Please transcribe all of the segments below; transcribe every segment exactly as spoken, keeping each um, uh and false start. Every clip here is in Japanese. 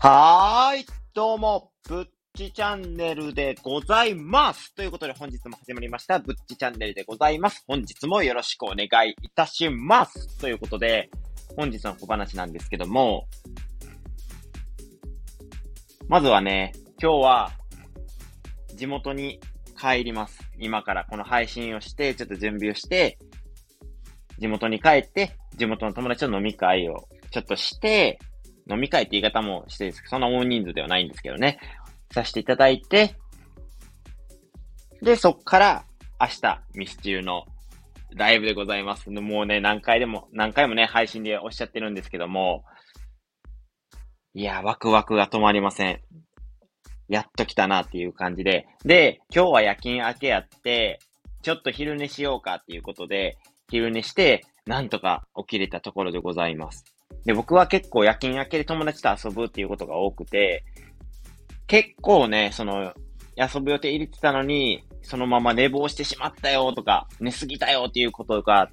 はーい、どうも、ぶっちチャンネルでございます。ということで本日も始まりました、ぶっちチャンネルでございます。本日もよろしくお願いいたします。ということで、本日の小話なんですけども、まずはね、今日は地元に帰ります。今からこの配信をして、ちょっと準備をして、地元に帰って、地元の友達と飲み会をちょっとして、飲み会って言い方もしてですけど、そんな大人数ではないんですけどね。させていただいて、で、そっから明日、ミスチルのライブでございます。もうね、何回でも、何回もね、配信でおっしゃってるんですけども、いや、ワクワクが止まりません。やっと来たなっていう感じで。で、今日は夜勤明けやって、ちょっと昼寝しようかっていうことで、昼寝して、なんとか起きれたところでございます。で、僕は結構夜勤明けで友達と遊ぶっていうことが多くて、結構ね、その、遊ぶ予定入れてたのに、そのまま寝坊してしまったよとか、寝すぎたよっていうことがあって、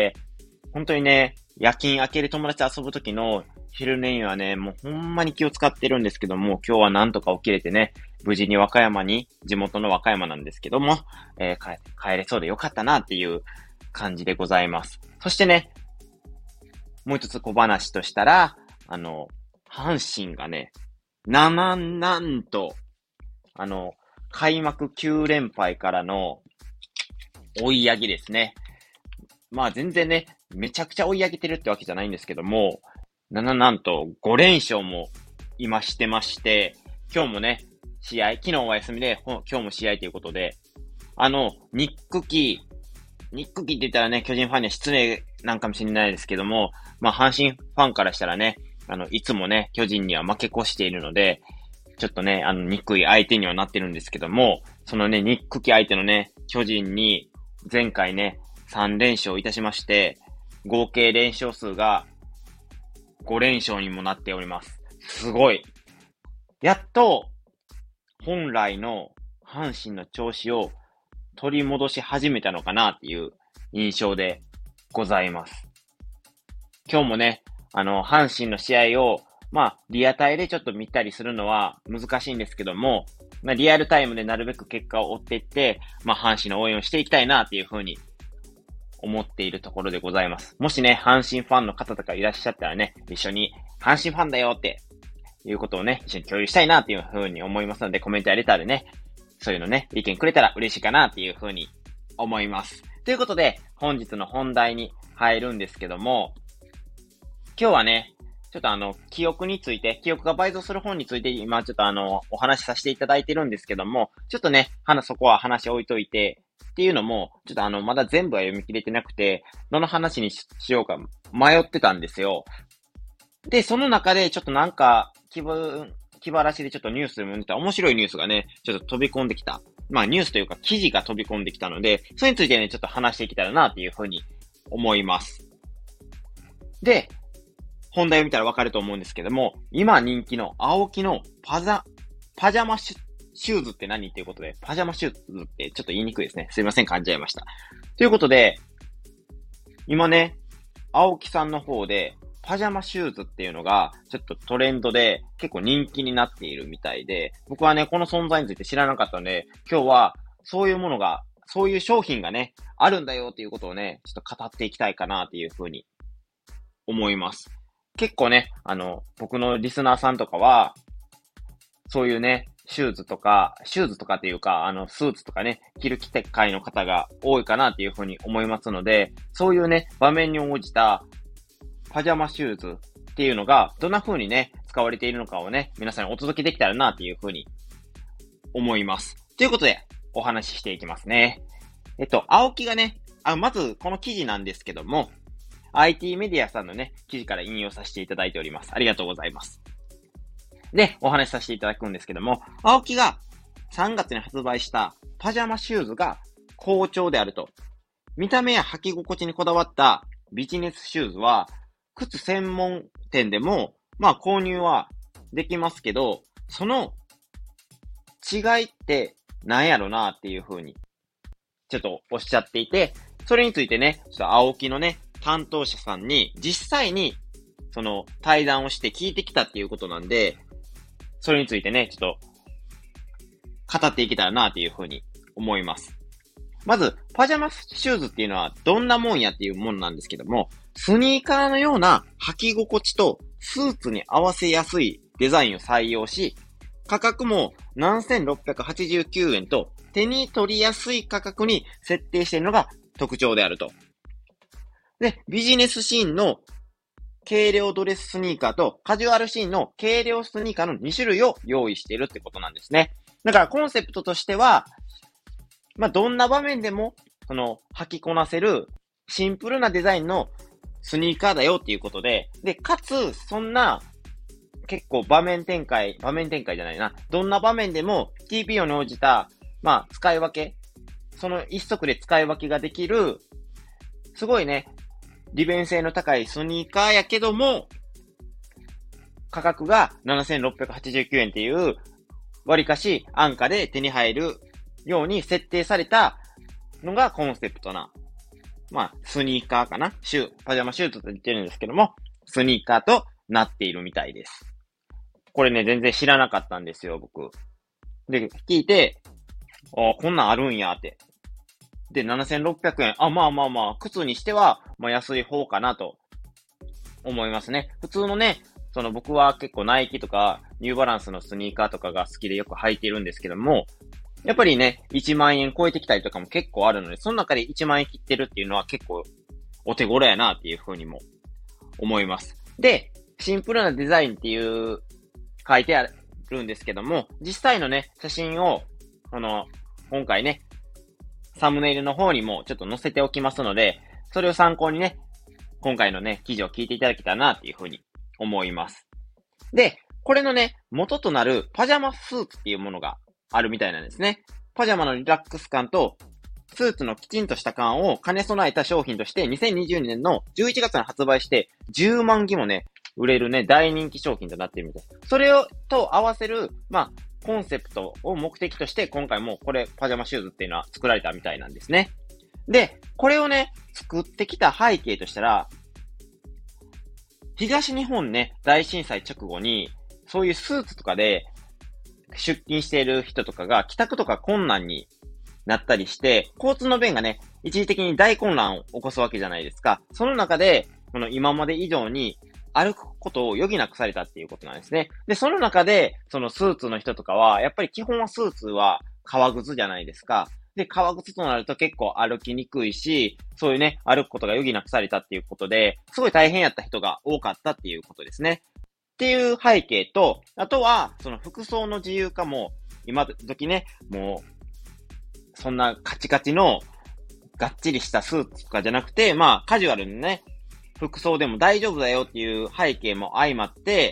本当にね、夜勤明けで友達と遊ぶ時の昼寝にはね、もうほんまに気を使ってるんですけども、今日はなんとか起きれてね、無事に和歌山に、地元の和歌山なんですけども、えー、帰、帰れそうでよかったなっていう感じでございます。そしてね、もう一つ小話としたら、あの、阪神がね、な、な、なんと、あの、開幕きゅう連敗からの追い上げですね。まあ全然ね、めちゃくちゃ追い上げてるってわけじゃないんですけども、な、な、なんとご連勝も今してまして、今日もね、試合、昨日は休みで、今日も試合ということで、あの、ニックキー、ニックキーって言ったらね、巨人ファンには失礼なんかもしれないですけども、まあ阪神ファンからしたらね、あの、いつもね、巨人には負け越しているので、ちょっとね、あの、憎い相手にはなってるんですけども、そのね、憎き相手のね、巨人に、前回ね、さん連勝いたしまして、合計連勝数がご連勝にもなっております。すごい。やっと、本来の阪神の調子を取り戻し始めたのかなっていう印象でございます。今日もね、あの、阪神の試合を、まあ、リアタイでちょっと見たりするのは難しいんですけども、まあ、リアルタイムでなるべく結果を追っていって、まあ、阪神の応援をしていきたいなっていうふうに思っているところでございます。もしね、阪神ファンの方とかいらっしゃったらね、一緒に阪神ファンだよっていうことをね、一緒に共有したいなっていうふうに思いますので、コメントやレターでね、そういうのね、意見くれたら嬉しいかなっていうふうに思います。ということで、本日の本題に入るんですけども、今日はね、ちょっとあの、記憶について、記憶が倍増する本について今ちょっとあの、お話しさせていただいてるんですけども、ちょっとね、話、そこは話置いといて、っていうのも、ちょっとあの、まだ全部は読み切れてなくて、どの話にしようか迷ってたんですよ。で、その中でちょっとなんか、気分、気晴らしでちょっとニュースで読んでた面白いニュースがね、ちょっと飛び込んできた。まあニュースというか記事が飛び込んできたので、それについてね、ちょっと話していけたらなっていうふうに思います。で、本題を見たらわかると思うんですけども、今人気の青木のパザ、パジャマシュシューズって何っていうことで、パジャマシューズってちょっと言いにくいですね。すいません、噛んじゃいました。ということで、今ね、青木さんの方で、パジャマシューズっていうのが、ちょっとトレンドで結構人気になっているみたいで、僕はね、この存在について知らなかったので、今日はそういうものが、そういう商品がね、あるんだよっていうことをね、ちょっと語っていきたいかなっていうふうに思います。結構ね、あの、僕のリスナーさんとかは、そういうね、シューズとか、シューズとかっていうか、あの、スーツとかね、着る機会の方が多いかなっていうふうに思いますので、そういうね、場面に応じたパジャマシューズっていうのが、どんな風にね、使われているのかをね、皆さんにお届けできたらなっていう風に思います。ということで、お話ししていきますね。えっと、青木がね、あ、まずこの記事なんですけども、アイティー メディアさんのね、記事から引用させていただいております。ありがとうございます。で、お話しさせていただくんですけども、青木がさんがつに発売したパジャマシューズが好調であると。見た目や履き心地にこだわったビジネスシューズは、靴専門店でも、まあ購入はできますけど、その違いって何やろなっていう風に、ちょっとおっしゃっていて、それについてね、ちょっと青木のね、担当者さんに実際にその対談をして聞いてきたっていうことなんで、 それについてね、ちょっと語っていけたらなというふうに思います。まず、パジャマシューズっていうのはどんなもんやっていうものなんですけども、スニーカーのような履き心地とスーツに合わせやすいデザインを採用し、価格もななせんろっぴゃくはちじゅうきゅうえんと手に取りやすい価格に設定しているのが特徴であると。で、ビジネスシーンの軽量ドレススニーカーとカジュアルシーンの軽量スニーカーのに種類を用意しているってことなんですね。だからコンセプトとしては、まあ、どんな場面でも、その、履きこなせるシンプルなデザインのスニーカーだよっていうことで、で、かつ、そんな、結構場面展開、場面展開じゃないな。どんな場面でも ティーピーオー に応じた、まあ、使い分け。その一足で使い分けができる、すごいね、利便性の高いスニーカーやけども、価格がななせんろっぴゃくはちじゅうきゅうえんっていう、割かし安価で手に入るように設定されたのがコンセプトな、まあ、スニーカーかなシュー、パジャマシューズと言ってるんですけども、スニーカーとなっているみたいです。これね、全然知らなかったんですよ、僕。で、聞いて、あ、こんなんあるんやって。で、ななせんろっぴゃくえん。あ、まあまあまあ、靴にしては、まあ安い方かなと思いますね。普通のね、その僕は結構ナイキとかニューバランスのスニーカーとかが好きでよく履いてるんですけども、やっぱりね、いちまんえん超えてきたりとかも結構あるので、その中でいちまんえん切ってるっていうのは結構お手頃やなっていうふうにも思います。で、シンプルなデザインっていう書いてあるんですけども、実際のね、写真を、この、今回ね、サムネイルの方にもちょっと載せておきますので、それを参考にね、今回のね、記事を聞いていただけたらなっていうふうに思います。で、これのね、元となるパジャマスーツっていうものがあるみたいなんですね。パジャマのリラックス感とスーツのきちんとした感を兼ね備えた商品としてにせんにじゅうにねんのじゅういちがつに発売してじゅうまんぎもね、売れるね、大人気商品となっているみたい。それをと合わせる、まあ、コンセプトを目的として今回もこれパジャマシューズっていうのは作られたみたいなんですね。で、これをね、作ってきた背景としたら、東日本ね、大震災直後に、そういうスーツとかで出勤している人とかが帰宅とか困難になったりして、交通の便がね、一時的に大混乱を起こすわけじゃないですか。その中で、この今まで以上に歩くことを余儀なくされたっていうことなんですね。で、その中で、そのスーツの人とかは、やっぱり基本はスーツは革靴じゃないですか。で、革靴となると結構歩きにくいし、そういうね、歩くことが余儀なくされたっていうことで、すごい大変やった人が多かったっていうことですね。っていう背景と、あとは、その服装の自由化も、今時ね、もう、そんなカチカチの、がっちりしたスーツとかじゃなくて、まあ、カジュアルにね、服装でも大丈夫だよっていう背景も相まって、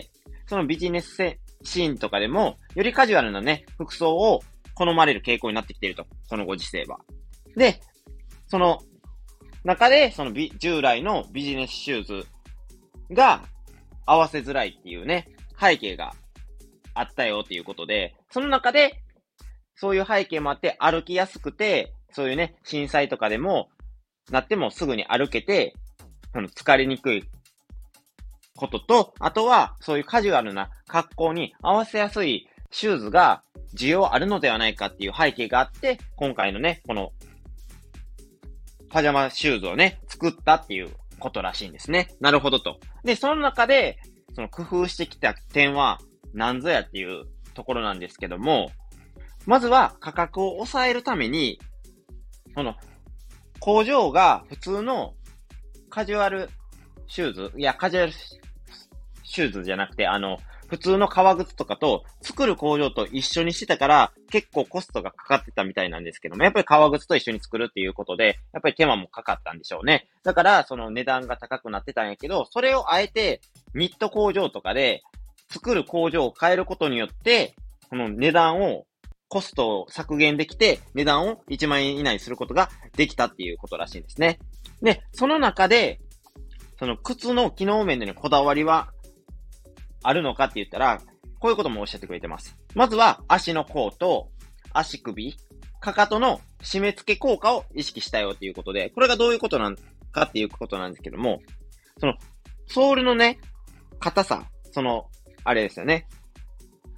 そのビジネスシーンとかでも、よりカジュアルなね、服装を好まれる傾向になってきていると。このご時世は。で、その中で、そのビ従来のビジネスシューズが合わせづらいっていうね、背景があったよっていうことで、その中で、そういう背景もあって歩きやすくて、そういうね、震災とかでも、なってもすぐに歩けて、その疲れにくいことと、あとは、そういうカジュアルな格好に合わせやすいシューズが需要あるのではないかっていう背景があって、今回のね、この、パジャマシューズをね、作ったっていうことらしいんですね。なるほどと。で、その中で、その工夫してきた点は何ぞやっていうところなんですけども、まずは価格を抑えるために、この、工場が普通のカジュアルシューズ、いや、カジュアルシューズじゃなくて、あの、普通の革靴とかと作る工場と一緒にしてたから結構コストがかかってたみたいなんですけども、やっぱり革靴と一緒に作るっていうことで、やっぱり手間もかかったんでしょうね。だからその値段が高くなってたんやけど、それをあえてニット工場とかで作る工場を変えることによって、この値段をコストを削減できて、値段をいちまんえん以内にすることができたっていうことらしいんですね。で、その中で、その靴の機能面でのこだわりはあるのかって言ったら、こういうこともおっしゃってくれてます。まずは足の甲と足首、かかとの締め付け効果を意識したよっていうことで、これがどういうことなんかっていうことなんですけども、そのソールのね、硬さ、その、あれですよね。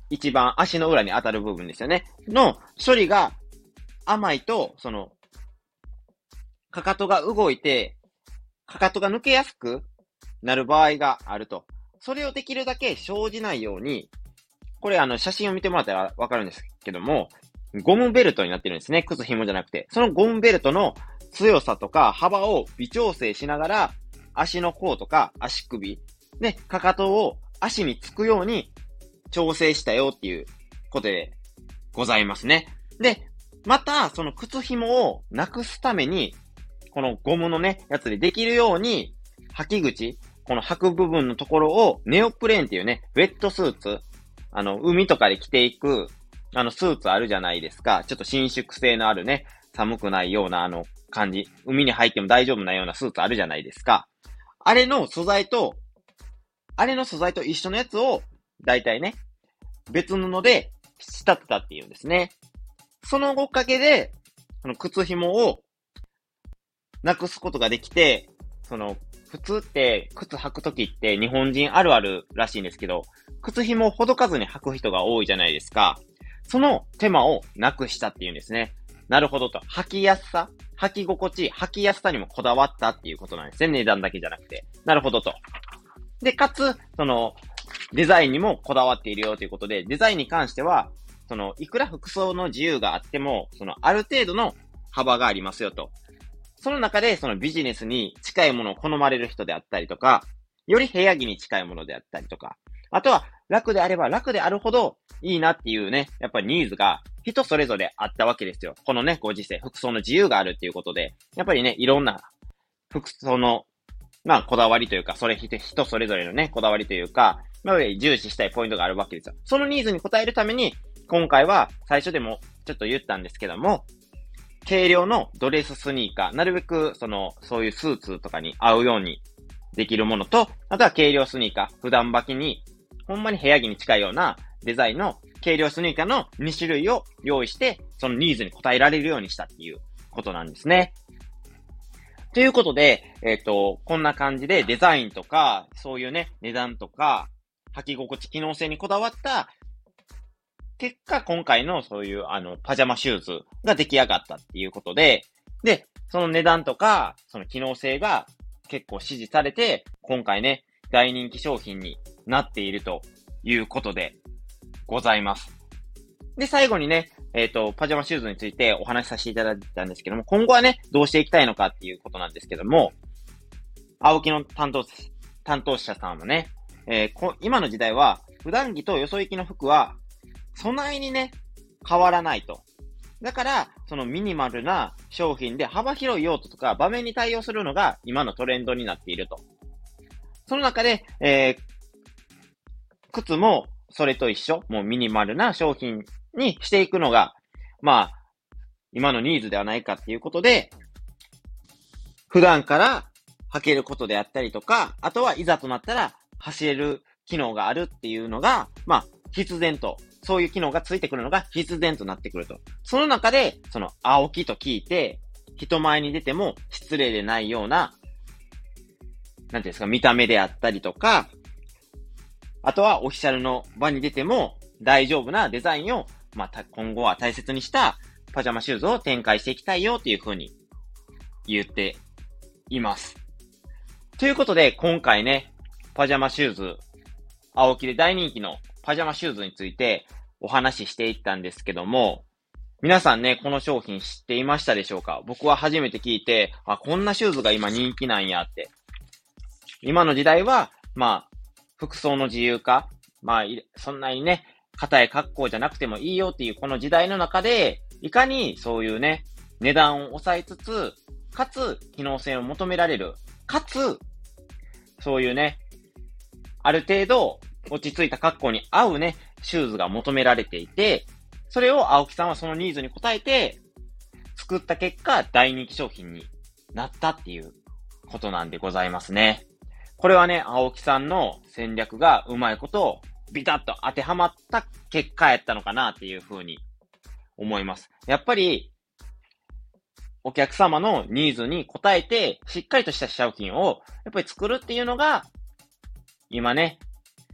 一番足の裏に当たる部分ですよね。の処理が甘いと、その、かかとが動いて、かかとが抜けやすくなる場合があると。それをできるだけ生じないように、これあの写真を見てもらったらわかるんですけども、ゴムベルトになってるんですね。靴紐じゃなくて。そのゴムベルトの強さとか幅を微調整しながら、足の甲とか足首で、かかとを足につくように調整したよっていうことでございますね。で、また、その靴紐をなくすために、このゴムのね、やつでできるように、履き口、この履く部分のところをネオプレーンっていうね、ウェットスーツ、あの、海とかで着ていく、あの、スーツあるじゃないですか。ちょっと伸縮性のあるね、寒くないようなあの感じ。海に入っても大丈夫なようなスーツあるじゃないですか。あれの素材と、あれの素材と一緒のやつを、だいたいね、別布で仕立てたっていうんですね。そのおかげで、この靴紐をなくすことができて、その、普通って靴履くときって日本人あるあるらしいんですけど、靴紐をほどかずに履く人が多いじゃないですか。その手間をなくしたっていうんですね。なるほどと。履きやすさ、履き心地、履きやすさにもこだわったっていうことなんですね。値段だけじゃなくて。なるほどと。で、かつ、その、デザインにもこだわっているよということで、デザインに関しては、その、いくら服装の自由があっても、その、ある程度の幅がありますよと。その中で、そのビジネスに近いものを好まれる人であったりとか、より部屋着に近いものであったりとか、あとは楽であれば楽であるほどいいなっていうね、やっぱりニーズが人それぞれあったわけですよ。このね、ご時世、服装の自由があるっていうことで、やっぱりね、いろんな服装の、まあ、こだわりというか、それ人それぞれのね、こだわりというか、まあ、重視したいポイントがあるわけですよ。そのニーズに応えるために、今回は最初でもちょっと言ったんですけども、軽量のドレススニーカー、なるべくその、そういうスーツとかに合うようにできるものと、あとは軽量スニーカー、普段履きに、ほんまに部屋着に近いようなデザインの軽量スニーカーのに種類を用意して、そのニーズに応えられるようにしたっていうことなんですね。ということで、えっと、こんな感じでデザインとか、そういうね、値段とか、履き心地、機能性にこだわった結果、今回のそういうあの、パジャマシューズが出来上がったっていうことで、で、その値段とか、その機能性が結構支持されて、今回ね、大人気商品になっているということでございます。で、最後にね、えっと、パジャマシューズについてお話しさせていただいたんですけども、今後はね、どうしていきたいのかっていうことなんですけども、青木の担当、担当者さんはね、えー、こ今の時代は、普段着とよそ行きの服は、備えにね、変わらないと。だから、そのミニマルな商品で幅広い用途とか場面に対応するのが今のトレンドになっていると。その中で、えー、靴もそれと一緒、もうミニマルな商品にしていくのが、まあ、今のニーズではないかっていうことで、普段から履けることであったりとか、あとはいざとなったら走れる機能があるっていうのが、まあ、必然と、そういう機能がついてくるのが必然となってくると。その中で、その、青木と聞いて、人前に出ても失礼でないような、なんていうんですか、見た目であったりとか、あとはオフィシャルの場に出ても大丈夫なデザインを、まあ、今後は大切にしたパジャマシューズを展開していきたいよっていうふうに言っています。ということで、今回ね、パジャマシューズ、青木で大人気のパジャマシューズについてお話ししていったんですけども、皆さんね、この商品知っていましたでしょうか？僕は初めて聞いて、あ、こんなシューズが今人気なんやって。今の時代は、まあ、服装の自由化、まあ、そんなにね、硬い格好じゃなくてもいいよっていうこの時代の中で、いかにそういうね、値段を抑えつつ、かつ、機能性を求められる、かつ、そういうね、ある程度、落ち着いた格好に合うね、シューズが求められていて、それを青木さんはそのニーズに応えて、作った結果、大人気商品になったっていうことなんでございますね。これはね、青木さんの戦略がうまいことをビタッと当てはまった結果やったのかなっていうふうに思います。やっぱり、お客様のニーズに応えて、しっかりとした商品をやっぱり作るっていうのが、今ね、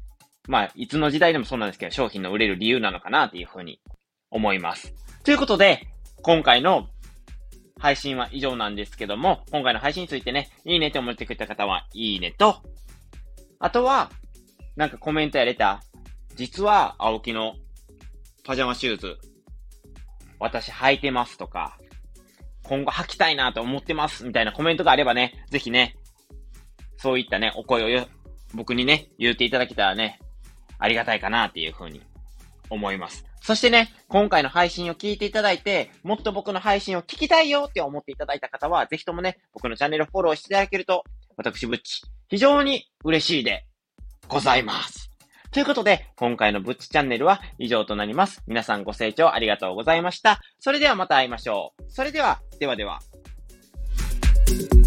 まあ、いつの時代でもそうなんですけど、商品の売れる理由なのかなっていうふうに思います。ということで、今回の配信は以上なんですけども、今回の配信についてね、いいねって思ってくれた方は、いいねと、あとは、なんかコメントやレター、実は、青木のパジャマシューズ、私履いてますとか、今後履きたいなと思ってます、みたいなコメントがあればね、ぜひね、そういったね、お声をよ僕にね、言っていただけたらね、ありがたいかなっていうふうに思います。そしてね、今回の配信を聞いていただいて、もっと僕の配信を聞きたいよって思っていただいた方は、ぜひともね、僕のチャンネルフォローしていただけると、私ぶっち、非常に嬉しいでございます。ということで、今回のぶっちチャンネルは以上となります。皆さんご清聴ありがとうございました。それではまた会いましょう。それでは、ではでは。